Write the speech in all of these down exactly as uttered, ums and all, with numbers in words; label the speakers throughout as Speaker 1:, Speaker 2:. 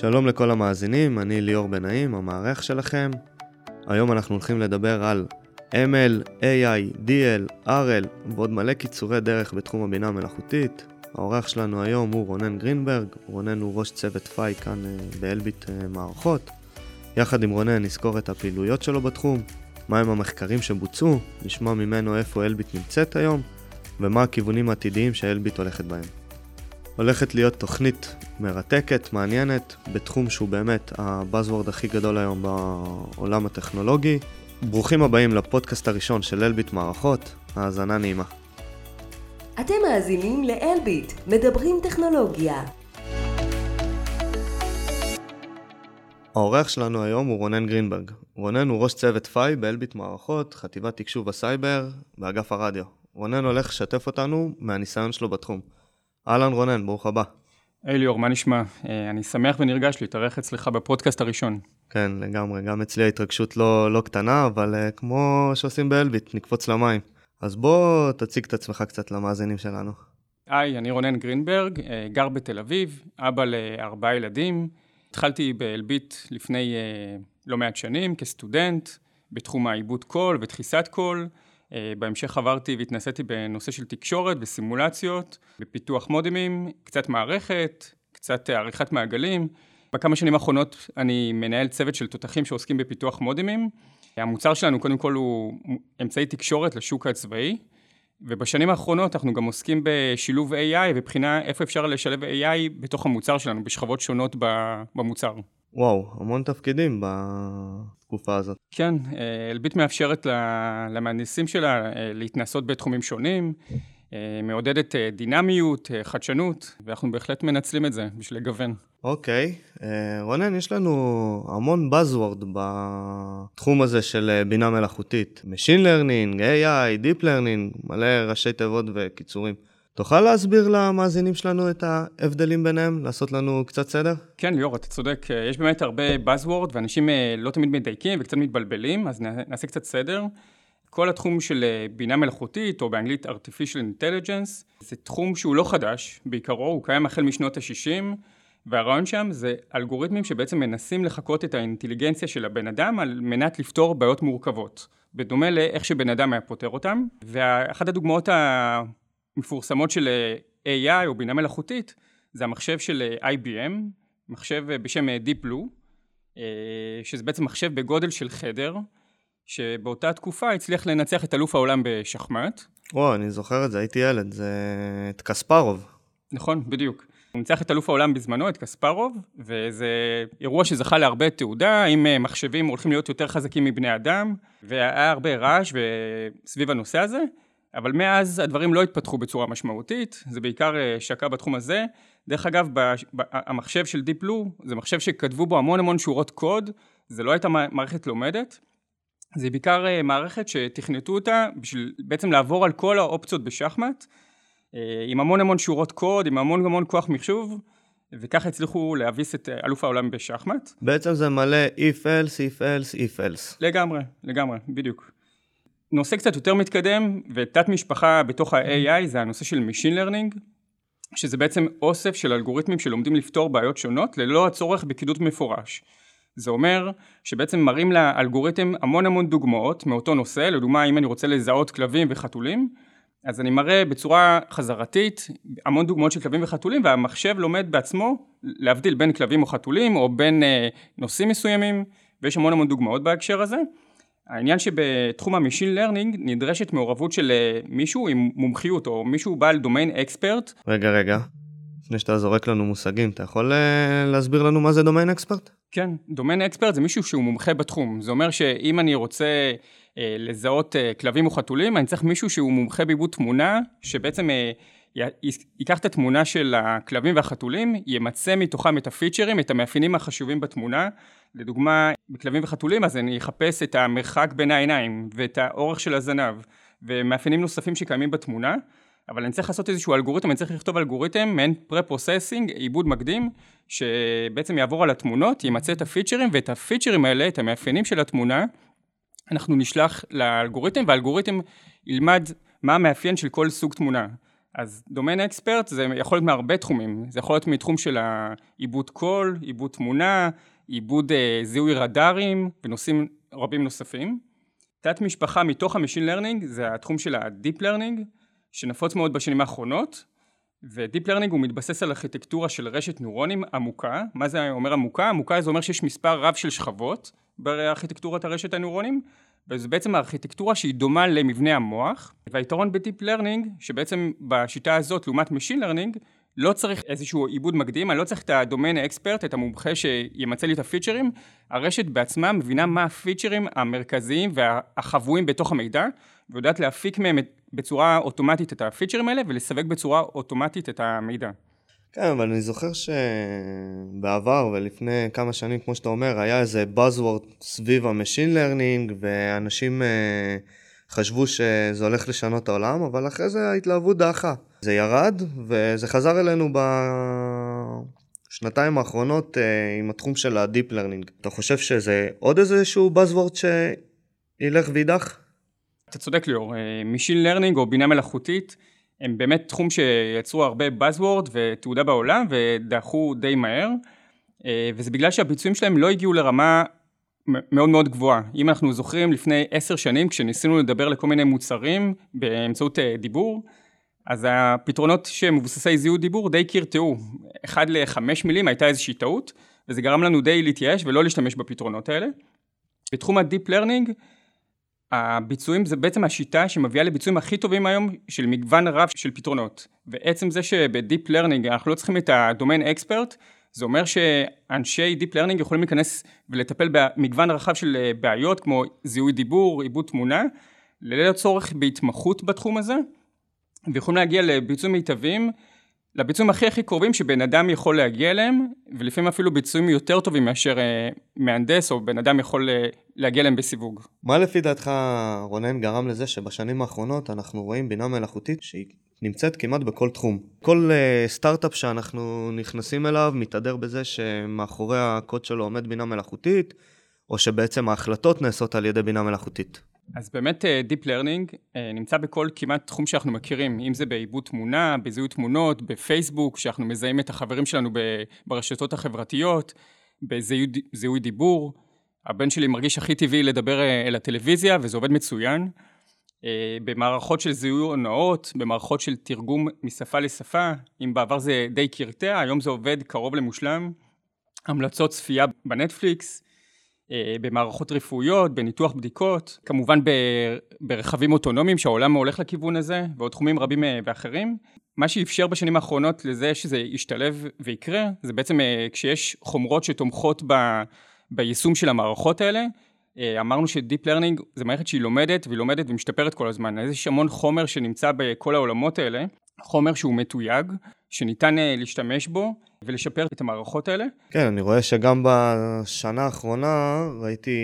Speaker 1: שלום לכל המאזינים, אני ליאור בנעים, המערך שלכם. היום אנחנו הולכים לדבר על אם אל, איי איי, די אל, אר אל ועוד מלא קיצורי דרך בתחום הבינה המלאכותית. האורח שלנו היום הוא רונן גרינברג. רונן הוא ראש צוות פאי כאן באלביט מערכות. יחד עם רונן נזכור את הפעילויות שלו בתחום, מהם המחקרים שבוצעו, נשמע ממנו איפה אלביט נמצאת היום, ומה הכיוונים העתידיים שאלביט הולכת בהם. הולכת להיות תוכנית מרתקת, מעניינת, בתחום שהוא באמת הבאזוורד הכי גדול היום בעולם הטכנולוגי. ברוכים הבאים לפודקאסט הראשון של אלביט מערכות, האזנה נעימה.
Speaker 2: אתם מאזינים לאלביט, מדברים טכנולוגיה.
Speaker 1: האורח שלנו היום הוא רונן גרינברג. רונן הוא ראש צוות פאי באלביט מערכות, חטיבת תקשוב הסייבר, באגף הרדיו. רונן הולך לשתף אותנו מהניסיון שלו בתחום. אהלן רונן, ברוך הבא.
Speaker 3: היי ליאור, מה נשמע? אני שמח ונרגש להתארח אצלך בפודקאסט הראשון.
Speaker 1: כן, לגמרי. גם אצלי ההתרגשות לא, לא קטנה, אבל uh, כמו שעושים באלביט, נקפוץ למים. אז בוא תציג את עצמך קצת למאזינים שלנו.
Speaker 3: היי, אני רונן גרינברג, גר בתל אביב, אבא לארבעה ילדים. התחלתי באלביט לפני uh, לא מעט שנים כסטודנט, בתחום העיבוד קול ודחיסת קול. Uh, בהמשך עברתי והתנסיתי בנושא של תקשורת וסימולציות, בפיתוח מודמים, קצת מערכת, קצת עריכת מעגלים. בכמה שנים האחרונות אני מנהל צוות של תותחים שעוסקים בפיתוח מודמים. המוצר שלנו קודם כל הוא אמצעי תקשורת לשוק הצבאי, ובשנים האחרונות אנחנו גם עוסקים בשילוב איי איי ובחינה איפה אפשר לשלב איי איי בתוך המוצר שלנו, בשכבות שונות במוצר.
Speaker 1: וואו, המון תפקידים בתקופה הזאת.
Speaker 3: כן, אלביט מאפשרת למהנדסים שלה להתנסות בתחומים שונים, מעודדת דינמיות, חדשנות, ואנחנו בהחלט מנצלים את זה בשביל לגוון.
Speaker 1: אוקיי, רונן, יש לנו המון buzzword בתחום הזה של בינה מלאכותית. Machine Learning, איי איי, Deep Learning, מלא ראשי תיבות וקיצורים. תוכל להסביר למאזינים שלנו את ההבדלים ביניהם, לעשות לנו קצת סדר?
Speaker 3: כן, ליאור, אתה צודק. יש באמת הרבה buzzword, ואנשים לא תמיד מדייקים וקצת מתבלבלים, אז נעשה קצת סדר. כל התחום של בינה מלאכותית, או באנגלית Artificial Intelligence, זה תחום שהוא לא חדש, בעיקרו הוא קיים החל משנות ה-שישים, והרעיון שם זה אלגוריתמים שבעצם מנסים לחקות את האינטליגנציה של הבן אדם על מנת לפתור בעיות מורכבות, בדומה לאיך שבן אדם היה פותר אותם. ואחת הדוגמאות המפורסמות של איי איי או בינה מלאכותית, זה המחשב של איי בי אם, מחשב בשם Deep Blue, שזה בעצם מחשב בגודל של חדר, שבאותה תקופה הצליח לנצח את אלוף העולם בשחמט.
Speaker 1: וואו, אני זוכר את זה, הייתי ילד, זה את קספרוב.
Speaker 3: נכון, בדיוק. הוא ניצח את אלוף העולם בזמנו, את קספרוב, וזה אירוע שזכה להרבה תעודה, אם מחשבים הולכים להיות יותר חזקים מבני אדם, והיה הרבה רעש סביב הנושא הזה, אבל מאז הדברים לא התפתחו בצורה משמעותית, זה בעיקר שקע בתחום הזה. דרך אגב, המחשב של Deep Blue, זה מחשב שכתבו בו המון המון שורות קוד, זה לא הייתה מערכת לומדת, זה בעיקר מערכת שתכנתו אותה בשביל בעצם לעבור על כל האופציות בשחמט, עם המון המון שורות קוד, עם המון המון כוח מחשוב, וככה הצליחו להביס את אלוף העולם בשחמט.
Speaker 1: בעצם זה מלא if else, if else, if else.
Speaker 3: לגמרי, לגמרי, בדיוק. נושא קצת יותר מתקדם, ותת משפחה בתוך ה-איי איי זה הנושא של Machine Learning, שזה בעצם אוסף של אלגוריתמים שלומדים לפתור בעיות שונות, ללא הצורך בקידוד מפורש. זה אומר שבעצם מראים לאלגוריתם המון המון דוגמאות מאותו נושא, לדוגמה אם אני רוצה לזהות כלבים וחתולים, אז אני מראה בצורה חזרתית המון דוגמאות של כלבים וחתולים, והמחשב לומד בעצמו להבדיל בין כלבים או חתולים, או בין נושאים מסוימים, ויש המון המון דוגמאות בהקשר הזה. העניין שבתחום ה-Machine Learning נדרשת מעורבות של מישהו עם מומחיות, או מישהו בעל דומיין אקספרט.
Speaker 1: רגע, רגע. לפני שאתה זורק לנו מושגים, אתה יכול להסביר לנו מה זה דומיין אקספרט?
Speaker 3: כן, דומיין אקספרט זה מישהו שהוא מומחה בתחום. זה אומר שאם אני רוצה אה, לזהות אה, כלבים או חתולים, אני צריך מישהו שהוא מומחה בעיבוד תמונה, שבעצם אה, י- ייקח את התמונה של הכלבים והחתולים, ימצא מתוכם את הפיצ'רים, את המאפיינים החשובים בתמונה. לדוגמה, בכלבים וחתולים, אז אני אחפש את המרחק בין העיניים, ואת האורך של הזנב, ומאפיינים נוספים שקיימים בתמונה. אבל אני צריך לעשות איזשהו אלגוריתם, אני צריך לכתוב אלגוריתם, מעין פרה-פרוססינג, עיבוד מקדים, שבעצם יעבור על התמונות, ימצא את הפיצ'רים, ואת הפיצ'רים האלה, את המאפיינים של התמונה, אנחנו נשלח לאלגוריתם, והאלגוריתם ילמד מה המאפיין של כל סוג תמונה. אז דומיין אקספרט זה יכול להיות מהרבה תחומים, זה יכול להיות מתחום של העיבוד קול, עיבוד תמונה, עיבוד אה, זיהוי רדארים ונושאים רבים נוספים. תת משפחה מתוך המשין לרנינג זה התחום של הדיפ לרנינג, שנפוץ מאוד בשנים האחרונות, ודיפ לרנינג הוא מתבסס על ארכיטקטורה של רשת נוירונים עמוקה. מה זה אומר עמוקה? עמוקה זה אומר שיש מספר רב של שכבות בארכיטקטורת הרשת הנוירונים, וזו בעצם הארכיטקטורה שהיא דומה למבנה המוח, והיתרון בדיפ לרנינג, שבעצם בשיטה הזאת, לעומת משין לרנינג, לא צריך איזשהו עיבוד מקדים, אני לא צריך את הדומיין האקספרט, את המומחה שימצא לי את הפיצ'רים, הרשת בעצמה מבינה מה הפיצ'רים המרכזיים והחבויים בתוך המידע, ויודעת להפיק מהם בצורה אוטומטית את הפיצ'רים האלה, ולסווג בצורה אוטומטית את המידע.
Speaker 1: כן, אבל אני זוכר שבעבר ולפני כמה שנים, כמו שאתה אומר, היה איזה buzzword סביב המשין לרנינג, ואנשים חשבו שזה הולך לשנות את העולם, אבל אחרי זה ההתלהבות דעכה. זה ירד, וזה חזר אלינו בשנתיים האחרונות עם התחום של הדיפ לרנינג. אתה חושב שזה עוד איזשהו buzzword שילך וידח?
Speaker 3: אתה צודק ליאור, משין לרנינג או בינה מלאכותית, הם באמת תחום שיצרו הרבה buzzword ותעודה בעולם ודחו די מהר, וזה בגלל שהביצועים שלהם לא הגיעו לרמה מאוד מאוד גבוהה. אם אנחנו זוכרים לפני עשר שנים, כשניסינו לדבר לכל מיני מוצרים באמצעות דיבור, אז הפתרונות שמבוססי זיהוי דיבור די קרטעו. אחד לחמש מילים הייתה איזושהי טעות, וזה גרם לנו די להתייאש ולא להשתמש בפתרונות האלה. בתחום הדיפ לרנינג, הביצועים זה בעצם השיטה שמביאה לביצועים הכי טובים היום של מגוון רב של פתרונות. ועצם זה שבדיפ לרנינג אנחנו לא צריכים את הדומיין אקספרט, זה אומר שאנשי דיפ לרנינג יכולים להיכנס ולטפל במגוון רחב של בעיות כמו זיהוי דיבור, עיבוד תמונה, ללא צורך בהתמחות בתחום הזה, ויכולים להגיע לביצועים מיטביים, לביצועים הכי הכי קרובים שבן אדם יכול להגיע אליהם, ולפעמים אפילו ביצועים יותר טובים מאשר מהנדס או בן אדם יכול להגיע אליהם בסיווג.
Speaker 1: מה לפי דעתך, רונן, גרם לזה שבשנים האחרונות אנחנו רואים בינה מלאכותית שהיא נמצאת כמעט בכל תחום? כל uh, סטארט-אפ שאנחנו נכנסים אליו מתהדר בזה שמאחורי הקוד שלו עומד בינה מלאכותית, או שבעצם ההחלטות נעשות על ידי בינה מלאכותית.
Speaker 3: אז באמת Deep Learning נמצא בכל כמעט תחום שאנחנו מכירים, אם זה בעיבוד תמונה, בזיהוי תמונות, בפייסבוק, שאנחנו מזהים את החברים שלנו ברשתות החברתיות, בזיהוי דיבור. הבן שלי מרגיש הכי טבעי לדבר אל הטלוויזיה, וזה עובד מצוין. במערכות של זיהוי הונאות, במערכות של תרגום משפה לשפה, אם בעבר זה די קרטע, היום זה עובד קרוב למושלם. המלצות צפייה בנטפליקס, במערכות רפואיות, בניתוח בדיקות, כמובן ברכבים אוטונומיים שהעולם הולך לכיוון הזה, ועוד תחומים רבים ואחרים. מה שאפשר בשנים האחרונות לזה שזה ישתלב ויקרה, זה בעצם כשיש חומרות שתומכות ב, ביישום של המערכות האלה. אמרנו שדיפ לרנינג זה מערכת שהיא לומדת והיא לומדת ומשתפרת כל הזמן. יש המון חומר שנמצא בכל העולמות האלה, חומר שהוא מתויג, שניתן להשתמש בו ולשפר את המערכות האלה. כן,
Speaker 1: אני רואה שגם בשנה האחרונה ראיתי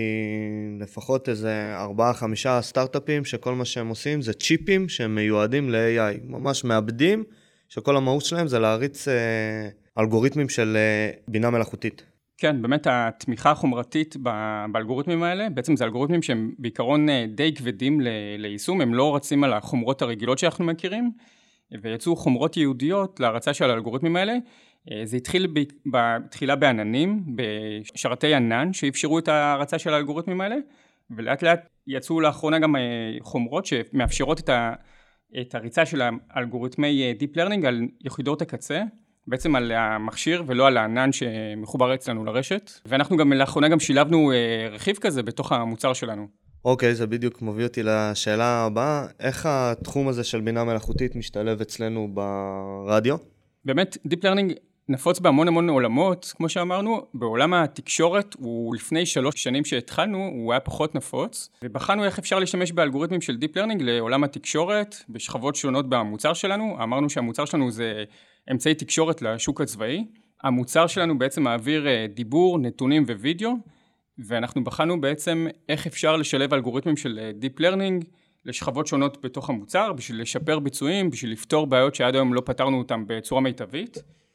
Speaker 1: לפחות איזה ארבעה, חמישה סטארט-אפים שכל מה שהם עושים זה צ'יפים שהם מיועדים ל-איי איי. ממש מעבדים שכל המהות שלהם זה להריץ אה, אלגוריתמים של אה, בינה מלאכותית.
Speaker 3: כן, באמת התמיכה החומרתית באלגוריתמים האלה, בעצם זה אלגוריתמים שהם בעיקרון די כבדים ליישום, הם לא רצים על החומרות הרגילות שאנחנו מכירים, ויצאו חומרות יהודיות להרצה של האלגוריתמים האלה. זה התחיל בתחילה בעננים, בשרתי ענן, שאפשרו את ההרצה של האלגוריתמים האלה, ולאט לאט יצאו לאחרונה גם חומרות שמאפשרות את, ה, את הריצה של האלגוריתמי Deep Learning על יחידות הקצה, בעצם על המכשיר ולא על הענן שמחובר אצלנו לרשת. ואנחנו גם לאחרונה גם שילבנו רכיב כזה בתוך המוצר שלנו.
Speaker 1: אוקיי, זה בדיוק מוביל אותי לשאלה הבאה. איך התחום הזה של בינה מלאכותית משתלב אצלנו ברדיו?
Speaker 3: באמת, Deep Learning נפוץ בהמון המון עולמות, כמו שאמרנו. בעולם התקשורת, הוא לפני שלוש שנים שהתחלנו, הוא היה פחות נפוץ. ובחנו איך אפשר להשתמש באלגוריתמים של Deep Learning לעולם התקשורת, בשכבות שונות במוצר שלנו. אמרנו שהמוצר שלנו זה אמצעי תקשורת לשוק הצבאי. המוצר שלנו בעצם מעביר דיבור, נתונים ווידאו, ואנחנו בחנו בעצם איך אפשר לשלב אלגוריתמים של Deep Learning לשכבות שונות בתוך המוצר, בשביל לשפר ביצועים, בשביל לפתור בעיות שעד היום לא פתרנו אותם בצורה מיטבית.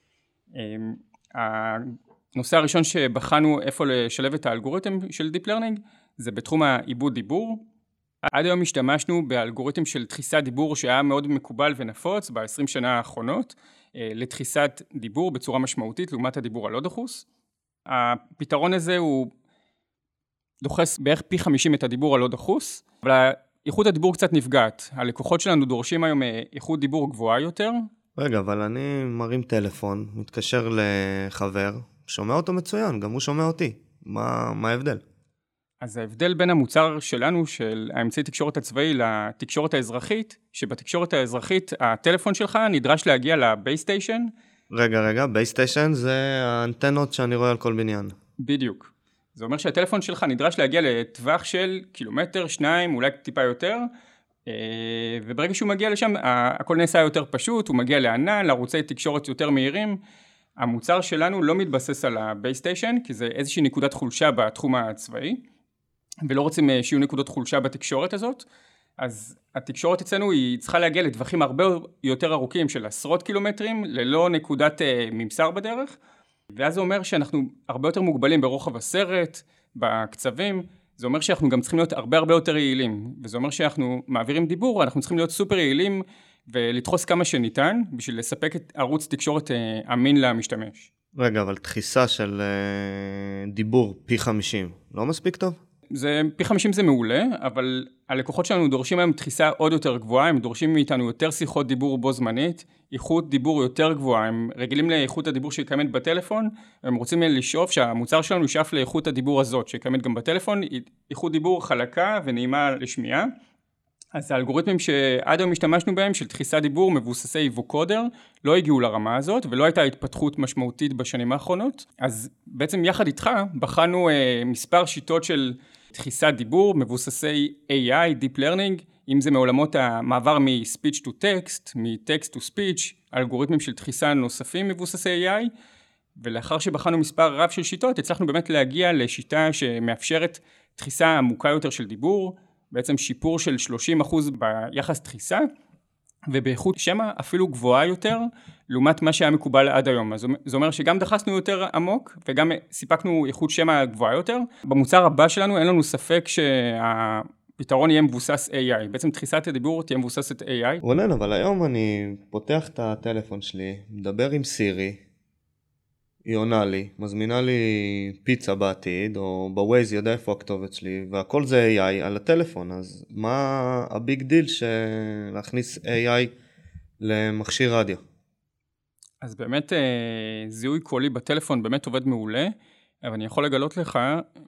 Speaker 3: הנושא הראשון שבחנו איפה לשלב את האלגוריתם של Deep Learning, זה בתחום העיבוד דיבור. עד היום השתמשנו באלגוריתם של דחיסת דיבור שהיה מאוד מקובל ונפוץ ב-עשרים שנה האחרונות, לדחיסת דיבור בצורה משמעותית לעומת הדיבור הלא דחוס. הפתרון הזה הוא דוחס בערך פי חמישים את הדיבור הלא דחוס, אבל איכות הדיבור קצת נפגעת. הלקוחות שלנו דורשים היום איכות דיבור גבוהה יותר.
Speaker 1: רגע, אבל אני מרים טלפון, מתקשר לחבר, שומע אותו מצוין, גם הוא שומע אותי. מה, מה ההבדל?
Speaker 3: אז ההבדל בין המוצר שלנו, של האמצעי תקשורת הצבאי, לתקשורת האזרחית, שבתקשורת האזרחית הטלפון שלך נדרש להגיע לבייסטיישן.
Speaker 1: רגע, רגע, בייסטיישן זה האנטנות שאני רואה על כל בניין.
Speaker 3: בדיוק. זה אומר שהטלפון שלך נדרש להגיע לטווח של קילומטר, שניים, אולי טיפה יותר, וברגע שהוא מגיע לשם, הכל נעשה יותר פשוט, הוא מגיע לענן, לערוצי תקשורת יותר מהירים. המוצר שלנו לא מתבסס על הבייסטיישן, כי זה איזושהי נקודת חולשה בתחום הצבאי, ולא רוצים שיהיו נקודות חולשה בתקשורת הזאת, אז התקשורת אצלנו היא צריכה להגיע לטווחים הרבה יותר ארוכים של עשרות קילומטרים, ללא נקודת ממסר בדרך, ואז זה אומר שאנחנו הרבה יותר מוגבלים ברוחב הסרט, בקצבים, זה אומר שאנחנו גם צריכים להיות הרבה הרבה יותר יעילים, וזה אומר שאנחנו מעבירים דיבור, אנחנו צריכים להיות סופר יעילים, ולדחוס כמה שניתן, בשביל לספק את ערוץ תקשורת אמין למשתמש.
Speaker 1: רגע, אבל דחיסה של דיבור פי חמישים, לא מספיק טוב?
Speaker 3: זה, פי חמישים זה מעולה, אבל הלקוחות שלנו דורשים היום דחיסה עוד יותר גבוהה, הם דורשים מאיתנו יותר שיחות דיבור בו זמנית, איכות דיבור יותר גבוהה, הם רגילים לאיכות הדיבור שקיימת בטלפון, הם רוצים לשאוף שהמוצר שלנו ישאף לאיכות הדיבור הזאת, שקיימת גם בטלפון, איכות דיבור חלקה ונעימה לשמיעה. אז האלגוריתמים שעד היום השתמשנו בהם של דחיסת דיבור מבוססי ווקודר לא הגיעו לרמה הזאת ולא הייתה התפתחות משמעותית בשנים האחרונות. אז בעצם יחד איתך בחנו אה, מספר שיטות של דחיסת דיבור מבוססי איי איי, Deep Learning, אם זה מעולמות המעבר מ-Speech to Text, מ-Text to Speech, אלגוריתמים של דחיסה נוספים מבוססי איי איי, ולאחר שבחנו מספר רב של שיטות הצלחנו באמת להגיע לשיטה שמאפשרת דחיסה עמוקה יותר של דיבור, בעצם שיפור של שלושים אחוז ביחס דחיסה, ובאיכות שמע אפילו גבוהה יותר, לעומת מה שהיה מקובל עד היום. אז זה אומר שגם דחסנו יותר עמוק, וגם סיפקנו איכות שמע גבוהה יותר. במוצר הבא שלנו אין לנו ספק שהפתרון יהיה מבוסס איי איי. בעצם דחיסת הדיבור תהיה מבוססת איי איי.
Speaker 1: רונן, אבל היום אני פותח את הטלפון שלי, מדבר עם סירי, היא עונה לי, מזמינה לי פיצה בעתיד, או בווייז יודע איפה הכתובת שלי, והכל זה איי איי על הטלפון, אז מה הביג דיל שלהכניס איי איי למכשיר רדיו?
Speaker 3: אז באמת זיהוי קולי בטלפון באמת עובד מעולה, אבל אני יכול לגלות לך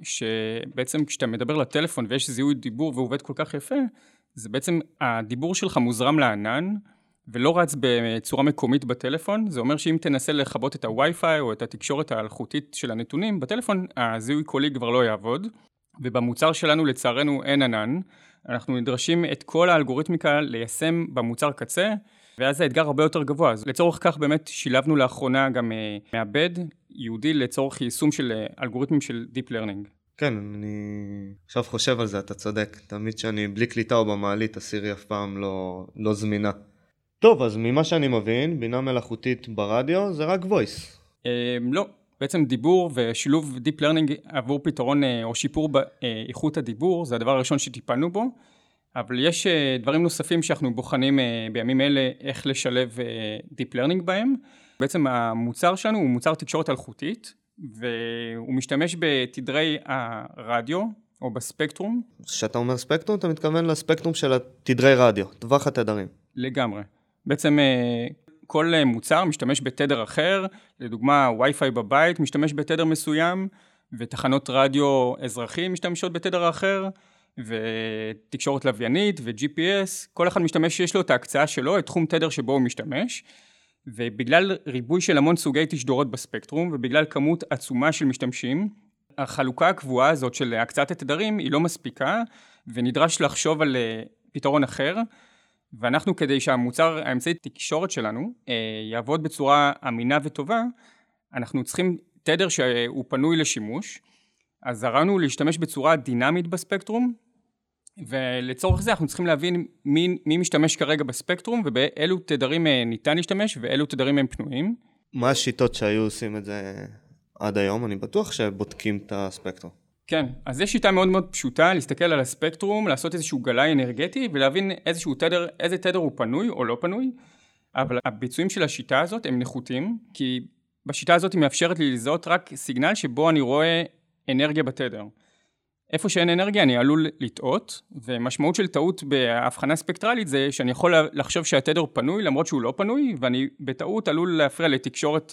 Speaker 3: שבעצם כשאתה מדבר לטלפון ויש זיהוי דיבור ועובד כל כך יפה, זה בעצם הדיבור שלך מוזרם לענן, ולא רץ בצורה מקומית בטלפון, זה אומר שאם תנסה לחבות את הווי-פיי או את התקשורת האלחוטית של הנתונים, בטלפון הזיהוי קולי כבר לא יעבוד, ובמוצר שלנו לצערנו אין ענן, אנחנו נדרשים את כל האלגוריתמיקה ליישם במוצר קצה, ואז האתגר הרבה יותר גבוה. אז לצורך כך באמת שילבנו לאחרונה גם מעבד ייעודי לצורך יישום של אלגוריתמים של Deep Learning.
Speaker 1: כן, אני עכשיו חושב על זה, אתה צודק, תמיד שאני בלי קליטה או במעלית, הסירי אף פעם לא, לא זמינה. טוב, אז ממה שאני מבין, בינה מלאכותית ברדיו זה רק voice.
Speaker 3: לא, בעצם דיבור ושילוב Deep Learning עבור פתרון או שיפור באיכות הדיבור, זה הדבר הראשון שטיפלנו בו, אבל יש דברים נוספים שאנחנו בוחנים בימים אלה איך לשלב Deep Learning בהם. בעצם המוצר שלנו הוא מוצר תקשורת אלחוטית, והוא משתמש בתדרי הרדיו או בספקטרום. כשאתה
Speaker 1: אומר ספקטרום, אתה מתכוון לספקטרום של התדרי רדיו, טווח התדרים.
Speaker 3: לגמרי. בעצם כל מוצר משתמש בתדר אחר, לדוגמה וי-פיי בבית משתמש בתדר מסוים, ותחנות רדיו אזרחי משתמשות בתדר אחר, ותקשורת לוויינית ו-ג'י פי אס, כל אחד משתמש שיש לו את ההקצאה שלו, את תחום תדר שבו הוא משתמש, ובגלל ריבוי של המון סוגי תשדורות בספקטרום, ובגלל כמות עצומה של משתמשים, החלוקה הקבועה הזאת של הקצאת התדרים היא לא מספיקה, ונדרש לחשוב על פתרון אחר, ואנחנו כדי שהמוצר, האמצעי תקשורת שלנו, יעבוד בצורה אמינה וטובה, אנחנו צריכים תדר שהוא פנוי לשימוש, אז הרעיון להשתמש בצורה דינמית בספקטרום, ולצורך זה אנחנו צריכים להבין מי, מי משתמש כרגע בספקטרום, ובאילו תדרים ניתן להשתמש, ואילו תדרים הם פנויים.
Speaker 1: מה השיטות שהיו עושים את זה עד היום? אני בטוח שבודקים את הספקטרום.
Speaker 3: כן, אז יש שיטה מאוד מאוד פשוטה להסתכל על הספקטרום, לעשות איזשהו גלאי אנרגטי ולהבין איזשהו תדר, איזה תדר הוא פנוי או לא פנוי, אבל הביצועים של השיטה הזאת הם נחותים, כי בשיטה הזאת היא מאפשרת לי לזהות רק סיגנל שבו אני רואה אנרגיה בתדר. איפה שאין אנרגיה אני עלול לטעות, ומשמעות של טעות בהבחנה ספקטרלית זה שאני יכול לחשוב שהתדר פנוי למרות שהוא לא פנוי, ואני בטעות עלול להפריע לתקשורת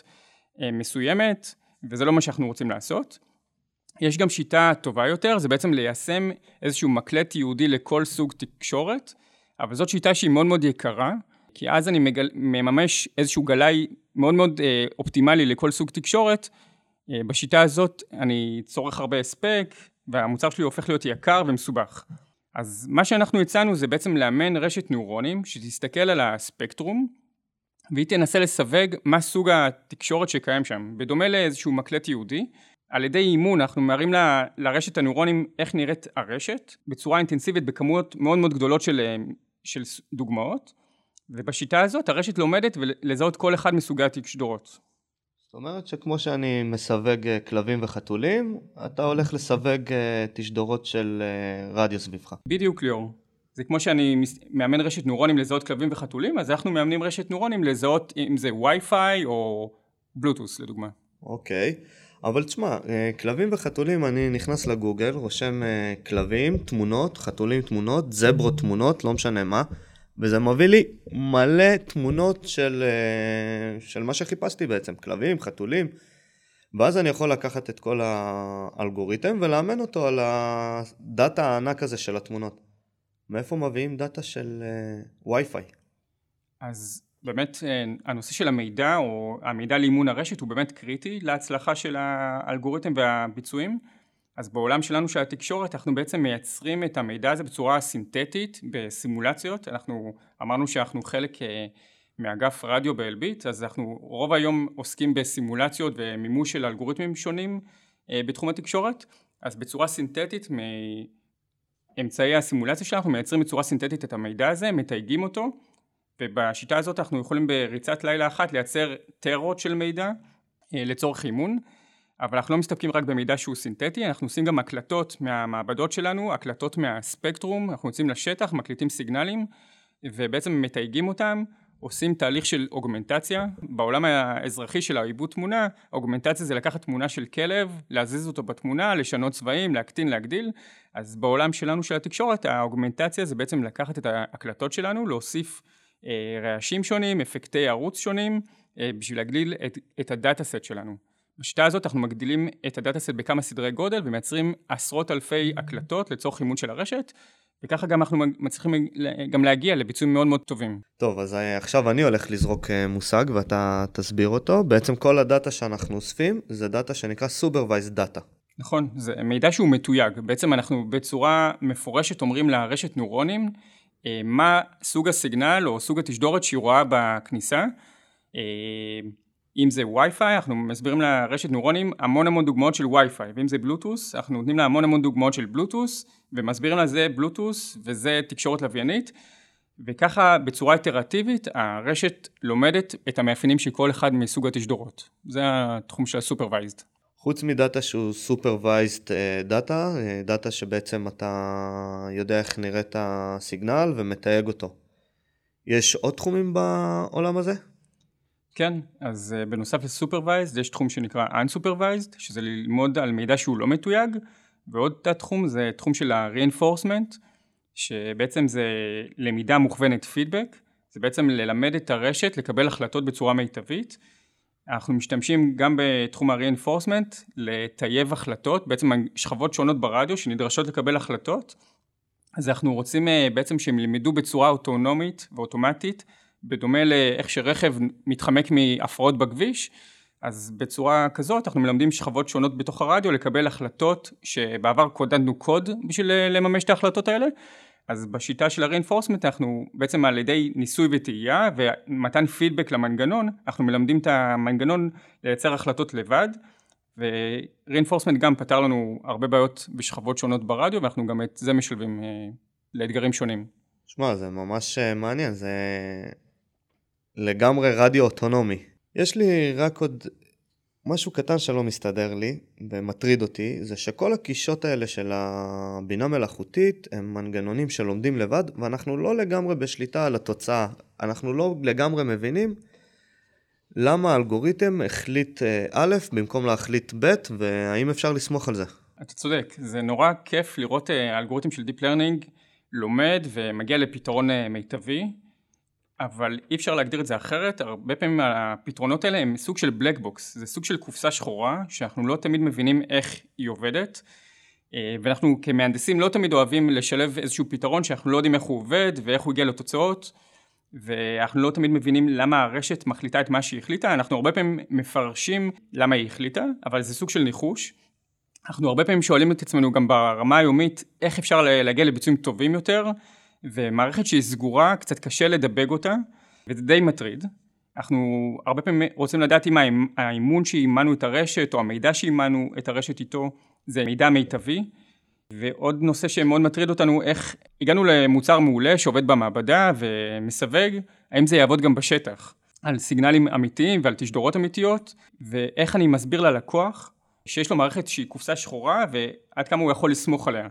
Speaker 3: מסוימת, וזה לא מה שאנחנו רוצים לעשות. יש גם שיטה טובה יותר, זה בעצם ליישם איזשהו מקלט ייעודי לכל סוג תקשורת, אבל זאת שיטה שהיא מאוד מאוד יקרה, כי אז אני מגל... מממש איזשהו גלאי מאוד מאוד אה, אופטימלי לכל סוג תקשורת. אה, בשיטה הזאת אני צורך הרבה הספק, והמוצר שלי הופך להיות יקר ומסובך. אז מה שאנחנו הצענו זה בעצם לאמן רשת נוירונים, שתסתכל על הספקטרום, והיא תנסה לסווג מה סוג התקשורת שקיים שם, בדומה לאיזשהו מקלט ייעודי. על ידי אימון אנחנו מראים ל... לרשת הנוירונים איך נראית הרשת, בצורה אינטנסיבית בכמויות מאוד מאוד גדולות של, של דוגמאות, ובשיטה הזאת הרשת לומדת ולזהות כל אחד מסוגי התקשורות.
Speaker 1: זאת אומרת שכמו שאני מסווג כלבים וחתולים, אתה הולך לסווג תשדורות של רדיו סביבך.
Speaker 3: בדיוק ליאור. זה כמו שאני מאמן רשת נוירונים לזהות כלבים וחתולים, אז אנחנו מאמנים רשת נוירונים לזהות אם זה וי-פיי או בלוטוס לדוגמה.
Speaker 1: אוקיי, אבל תשמע, כלבים וחתולים, אני נכנס לגוגל, רושם כלבים, תמונות, חתולים תמונות, זברות תמונות, לא משנה מה, וזה מביא לי מלא תמונות של, של מה שחיפשתי בעצם, כלבים, חתולים, ואז אני יכול לקחת את כל האלגוריתם ולאמן אותו על הדאטה הענק הזה של התמונות. מאיפה מביאים דאטה של וי-פיי?
Speaker 3: אז באמת הנושא של המידע או המידע לאימון הרשת הוא באמת קריטי להצלחה של האלגוריתם והביצועים. אז בעולם שלנו של התקשורת אנחנו בעצם מייצרים את המידע הזה בצורה סינתטית בסימולציות. אנחנו אמרנו שאנחנו חלק מאגף רדיו באלביט, אז אנחנו רוב היום עוסקים בסימולציות ומימוש של אלגוריתמים שונים בתחום התקשורת. אז בצורה סינתטית מאמצעי הסימולציה שלנו אנחנו מייצרים בצורה סינתטית את המידע הזה, מתייגים אותו, ובשיטה הזאת אנחנו יכולים בריצת לילה אחת לייצר טרות של מידע לצורך אימון. אבל אנחנו לא מסתפקים רק במידע שהוא סינתטי, אנחנו עושים גם הקלטות מהמעבדות שלנו, הקלטות מהספקטרום, אנחנו יוצאים לשטח, מקליטים סיגנלים, ובעצם מתייגים אותם, עושים תהליך של אוגמנטציה. בעולם האזרחי של העיבוד תמונה, אוגמנטציה זה לקחת תמונה של כלב, להזיז אותו בתמונה, לשנות צבעים, להקטין, להגדיל. אז בעולם שלנו של התקשורת, האוגמנטציה זה בעצם לקחת את ההקלטות שלנו, להוסיף אה, רעשים שונים, אפקטי ערוץ שונים, אה, בשביל להגדיל את, את הדאטה סט שלנו. בשיטה הזאת אנחנו מגדילים את הדאטה סט בכמה סדרי גודל ומייצרים עשרות אלפי הקלטות לצורך אימון של הרשת, וככה גם אנחנו מצליחים גם להגיע לביצועים מאוד מאוד טובים.
Speaker 1: טוב, אז עכשיו אני הולך לזרוק מושג ואתה תסביר אותו. בעצם כל הדאטה שאנחנו אוספים זה דאטה שנקרא Supervised Data.
Speaker 3: נכון, זה מידע שהוא מתויג. בעצם אנחנו בצורה מפורשת אומרים לרשת נוירונים מה סוג הסיגנל או סוג התשדורת שהיא רואה בכניסה. אם זה וי-פיי, אנחנו מסבירים לרשת נוירונים המון המון דוגמאות של וי-פיי, ואם זה בלוטוס, אנחנו נותנים לה המון המון דוגמאות של בלוטוס, ומסבירים לה זה בלוטוס, וזה תקשורת לוויינית, וככה בצורה איטרטיבית, הרשת לומדת את המאפיינים של כל אחד מסוג התשדורות. זה התחום של הסופרוויזד.
Speaker 1: חוץ מדאטה שהוא סופרוויזד דאטה, דאטה שבעצם אתה יודע איך נראית הסיגנל ומתייג אותו. יש עוד תחומים בעולם הזה?
Speaker 3: כן, אז uh, בנוסף לסופרוויזד יש תחום שנקרא unsupervised, שזה ללמוד על מידע שהוא לא מתויג, ועוד תחום זה תחום של ה-reinforcement, שבעצם זה למידה מוכוונת פידבק, זה בעצם ללמד את הרשת לקבל החלטות בצורה מיטבית. אנחנו משתמשים גם בתחום ה-reinforcement לטייב החלטות, בעצם שכבות שונות ברדיו שנדרשות לקבל החלטות, אז אנחנו רוצים uh, בעצם שהם ילמדו בצורה אוטונומית ואוטומטית, בדומה לאיך שרכב מתחמק מהפרעות בכביש, אז בצורה כזאת אנחנו מלמדים שכבות שונות בתוך הרדיו לקבל החלטות שבעבר קודדנו קוד בשביל לממש את ההחלטות האלה. אז בשיטה של ה-reinforcement אנחנו בעצם על ידי ניסוי וטעייה ומתן פידבק למנגנון, אנחנו מלמדים את המנגנון לייצר החלטות לבד, ו-reinforcement גם פתר לנו הרבה בעיות בשכבות שונות ברדיו, ואנחנו גם את זה משלבים לאתגרים שונים.
Speaker 1: שמע, זה ממש מעניין, זה לגמרי רדיו אוטונומי. יש לי רק עוד משהו קטן שלא מסתדר לי ומטריד אותי, זה שכל הקישות האלה של הבינה מלאכותית הם מנגנונים שלומדים לבד, ואנחנו לא לגמרי בשליטה על התוצאה. אנחנו לא לגמרי מבינים למה האלגוריתם החליט א' במקום להחליט ב', והאם אפשר לסמוך על זה.
Speaker 3: אתה צודק, זה נורא כיף לראות אלגוריתם של Deep Learning לומד ומגיע לפתרון מיטבי, אבל אי אפשר להגדיר את זה אחרת. הרבה פעמים הפתרונות האלה הם סוג של בלק בוקס, זה סוג של קופסה שחורה שאנחנו לא תמיד מבינים איך היא עובדת, ואנחנו כמהנדסים לא תמיד אוהבים לשלב איזשהו פתרון שאנחנו לא יודעים איך הוא עובד ואיך הוא הגיע לתוצאות, ואנחנו לא תמיד מבינים למה הרשת מחליטה את מה שהיא החליטה. אנחנו הרבה פעמים מפרשים למה היא החליטה, אבל זה סוג של ניחוש. אנחנו הרבה פעמים שואלים את עצמנו גם ברמה היומית איך אפשר להגיע לביצועים טובים יותר, ומערכת שהיא סגורה קצת קשה לדבג אותה, וזה די מטריד. אנחנו הרבה פעמים רוצים לדעת אם האימון שאימנו את הרשת או המידע שאימנו את הרשת איתו זה מידע מיטבי. ועוד נושא שמאוד מטריד אותנו, איך הגענו למוצר מעולה שעובד במעבדה ומסווג, האם זה יעבוד גם בשטח, על סיגנלים אמיתיים ועל תשדורות אמיתיות, ואיך אני מסביר ללקוח שיש לו מערכת שהיא קופסה שחורה ועד כמה הוא יכול לסמוך עליה.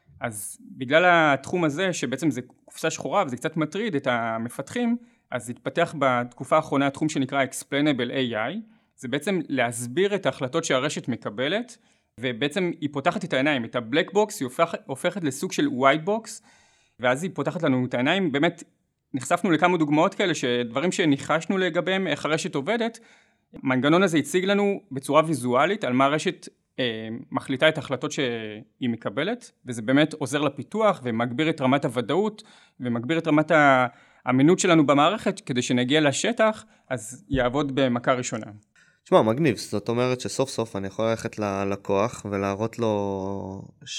Speaker 3: אז בגלל התחום הזה שבעצם זה קופסה שחורה וזה קצת מטריד את המפתחים, אז התפתח בתקופה האחרונה התחום שנקרא Explainable איי איי, זה בעצם להסביר את ההחלטות שהרשת מקבלת, ובעצם היא פותחת את העיניים, את הבלק בוקס היא הופכ, הופכת לסוג של ווייט בוקס, ואז היא פותחת לנו את העיניים. באמת נחשפנו לכמה דוגמאות כאלה שדברים שניחשנו לגביהם איך הרשת עובדת, המנגנון הזה הציג לנו בצורה ויזואלית על מה הרשת אה, מחליטה את ההחלטות שהיא מקבלת, וזה באמת עוזר לפיתוח ומגביר את רמת הוודאות ומגביר את רמת האמינות שלנו במערכת, כדי שנגיע לשטח אז יעבוד במכה ראשונה.
Speaker 1: תשמע, מגניב, זאת אומרת שסוף סוף אני יכול ללכת ללקוח ולהראות לו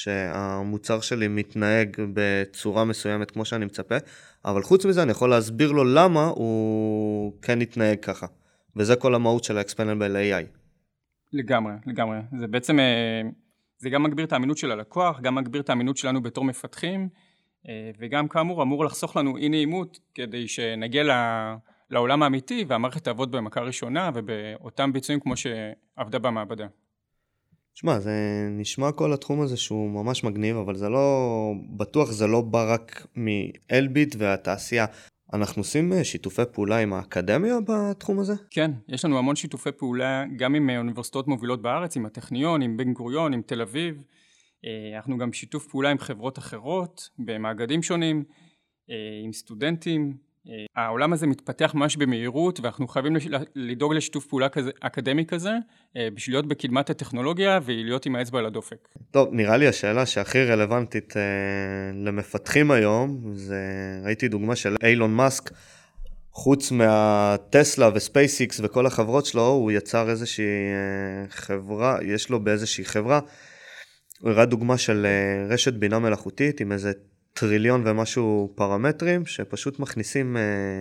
Speaker 1: שהמוצר שלי מתנהג בצורה מסוימת כמו שאני מצפה, אבל חוץ מזה אני יכול להסביר לו למה הוא כן יתנהג ככה, וזה כל המהות של ה-Explainable איי איי.
Speaker 3: לגמרי, לגמרי. זה בעצם, זה גם מגביר את האמינות של הלקוח, גם מגביר את האמינות שלנו בתור מפתחים, וגם כאמור אמור לחסוך לנו אי נעימות כדי שנגיע ל... לעולם האמיתי, והמערכת תעבוד במכה ראשונה, ובאותם ביצועים כמו שעבדה במעבדה.
Speaker 1: תשמע, זה נשמע כל התחום הזה שהוא ממש מגניב, אבל זה לא, בטוח זה לא בא רק מאלביט והתעשייה. אנחנו עושים שיתופי פעולה עם האקדמיה בתחום הזה?
Speaker 3: כן, יש לנו המון שיתופי פעולה, גם עם אוניברסיטאות מובילות בארץ, עם הטכניון, עם בן גוריון, עם תל אביב. אנחנו גם שיתוף פעולה עם חברות אחרות, במאגדים שונים, עם סטודנטים. העולם הזה מתפתח ממש במהירות, ואנחנו חייבים לדאוג לשיתוף פעולה כזה, אקדמי כזה, בשביל להיות בקדמת הטכנולוגיה ולהיות עם האצבע על הדופק.
Speaker 1: טוב, נראה לי השאלה שהכי רלוונטית אה, למפתחים היום, זה ראיתי דוגמה של אילון מאסק, חוץ מהטסלה וספייסיקס וכל החברות שלו, הוא יצר איזושהי אה, חברה, יש לו באיזושהי חברה, הוא הראה דוגמה של אה, רשת בינה מלאכותית עם איזה טריליון ומשהו פרמטרים, שפשוט מכניסים אה,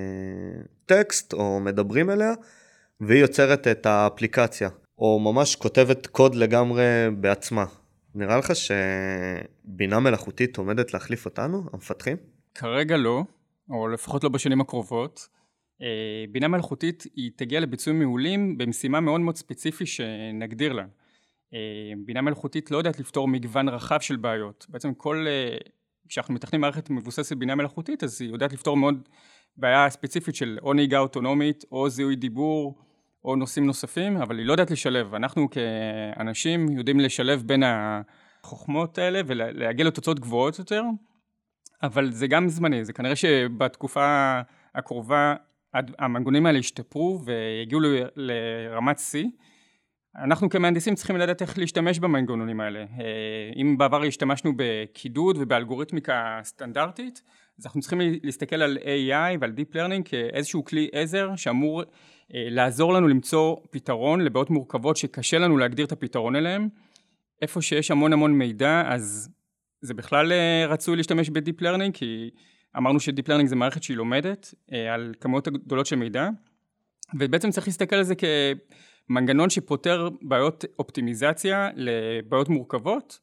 Speaker 1: טקסט או מדברים אליה, והיא יוצרת את האפליקציה, או ממש כותבת קוד לגמרי בעצמה. נראה לך שבינה מלאכותית עומדת להחליף אותנו, המפתחים?
Speaker 3: כרגע לא, או לפחות לא בשנים הקרובות. אה, בינה מלאכותית היא תגיע לביצועים מעולים במשימה מאוד מאוד ספציפי שנגדיר לה. אה, בינה מלאכותית לא יודעת לפתור מגוון רחב של בעיות. בעצם כל... אה, כשאנחנו מתכנים מערכת מבוססת בינה מלאכותית, אז היא יודעת לפתור מאוד בעיה ספציפית של או נהיגה אוטונומית, או זיהוי דיבור, או נושאים נוספים, אבל היא לא יודעת לשלב. אנחנו כאנשים יודעים לשלב בין החוכמות האלה ולהגיע לתוצאות גבוהות יותר, אבל זה גם זמני. זה כנראה שבתקופה הקרובה המנגנונים האלה ישתפרו ויגיעו לרמת C. אנחנו כמהנדסים צריכים לדעת איך להשתמש במנגנונים האלה. אם בעבר השתמשנו בקידוד ובאלגוריתמיקה סטנדרטית, אז אנחנו צריכים להסתכל על איי איי ועל Deep Learning כאיזשהו כלי עזר שאמור לעזור לנו למצוא פתרון לבעיות מורכבות שקשה לנו להגדיר את הפתרון אליהם. איפה שיש המון המון מידע, אז זה בכלל רצוי להשתמש ב-Deep Learning, כי אמרנו ש-Deep Learning זה מערכת שהיא לומדת על כמויות גדולות של מידע, ובעצם צריך להסתכל על זה כ... מנגנון שפותר בעיות אופטימיזציה לבעיות מורכבות,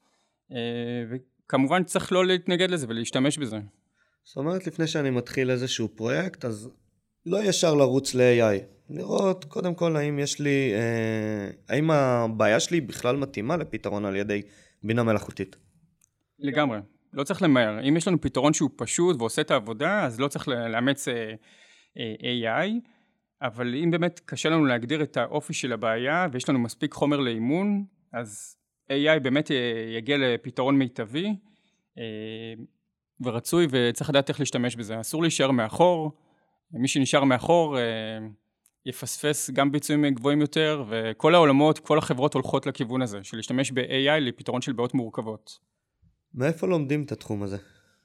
Speaker 3: וכמובן צריך לא להתנגד לזה ולהשתמש בזה.
Speaker 1: זאת אומרת, לפני שאני מתחיל איזשהו פרויקט, אז לא ישר לרוץ ל-איי איי, לראות קודם כל האם יש לי, אה, האם הבעיה שלי בכלל מתאימה לפתרון על ידי בינה מלאכותית.
Speaker 3: לגמרי, לא צריך למהר. אם יש לנו פתרון שהוא פשוט ועושה את העבודה, אז לא צריך לאמץ אה, אה, איי איי, אבל אם באמת קשה לנו להגדיר את האופי של הבעיה, ויש לנו מספיק חומר לאימון, אז איי איי באמת יגיע לפתרון מיטבי, אה, ורצוי, וצריך לדעת איך להשתמש בזה. אסור להישאר מאחור, מי שנשאר מאחור אה, יפספס גם ביצועים גבוהים יותר, וכל העולמות, כל החברות הולכות לכיוון הזה, של להשתמש ב-איי איי לפתרון של בעיות מורכבות.
Speaker 1: מאיפה לומדים את התחום הזה?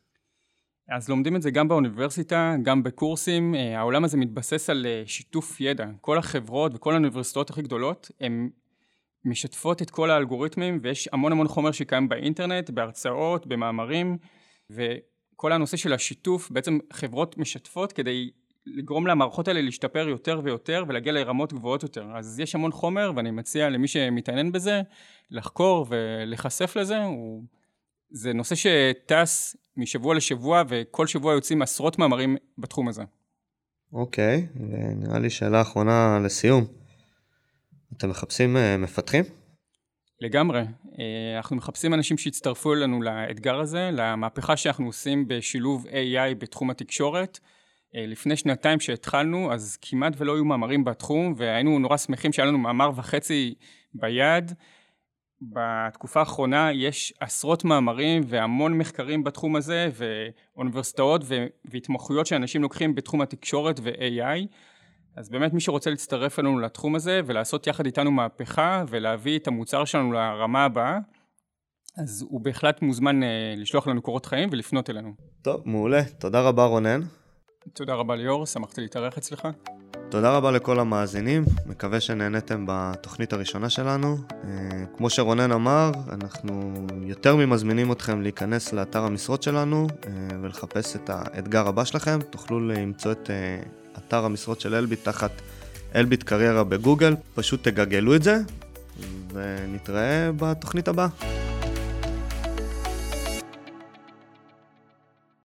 Speaker 3: אז לומדים את זה גם באוניברסיטה, גם בקורסים. העולם הזה מתבסס על שיתוף ידע. כל החברות וכל האוניברסיטאות הכי גדולות, הן משתפות את כל האלגוריתמים, ויש המון המון חומר שקיים באינטרנט, בהרצאות, במאמרים, וכל הנושא של השיתוף, בעצם חברות משתפות כדי לגרום למערכות האלה להשתפר יותר ויותר, ולהגיע לרמות גבוהות יותר. אז יש המון חומר, ואני מציע למי שמתעניין בזה, לחקור ולחשף לזה. הוא... זה נושא שטס משבוע לשבוע, וכל שבוע יוצאים עשרות מאמרים בתחום הזה.
Speaker 1: אוקיי, ונראה לי שאלה אחרונה לסיום. אתם מחפשים מפתחים?
Speaker 3: לגמרי. אנחנו מחפשים אנשים שיצטרפו אלינו לאתגר הזה, למהפכה שאנחנו עושים בשילוב איי איי בתחום התקשורת. לפני שנתיים שהתחלנו, אז כמעט ולא היו מאמרים בתחום, והיינו נורא שמחים שהיה לנו מאמר וחצי ביד. בתקופה האחרונה יש עשרות מאמרים והמון מחקרים בתחום הזה, ואוניברסיטאות והתמחויות שאנשים לוקחים בתחום התקשורת ו-איי איי. אז באמת מי שרוצה להצטרף לנו לתחום הזה ולעשות יחד איתנו מהפכה ולהביא את המוצר שלנו לרמה הבאה, אז הוא בהחלט מוזמן לשלוח לנו קורות חיים ולפנות אלינו.
Speaker 1: טוב, מעולה. תודה רבה רונן.
Speaker 3: תודה רבה ליאור, שמחתי להתארח אצלך.
Speaker 1: תודה רבה לכל המאזינים, מקווה שנהנתם בתוכנית הראשונה שלנו. כמו שרונן אמר, אנחנו יותר ממזמינים אתכם להיכנס לאתר המשרות שלנו ולחפש את האתגר הבא שלכם. תוכלו למצוא את אתר המשרות של אלביט תחת אלביט קריירה בגוגל, פשוט תגגלו את זה ונתראה בתוכנית הבאה.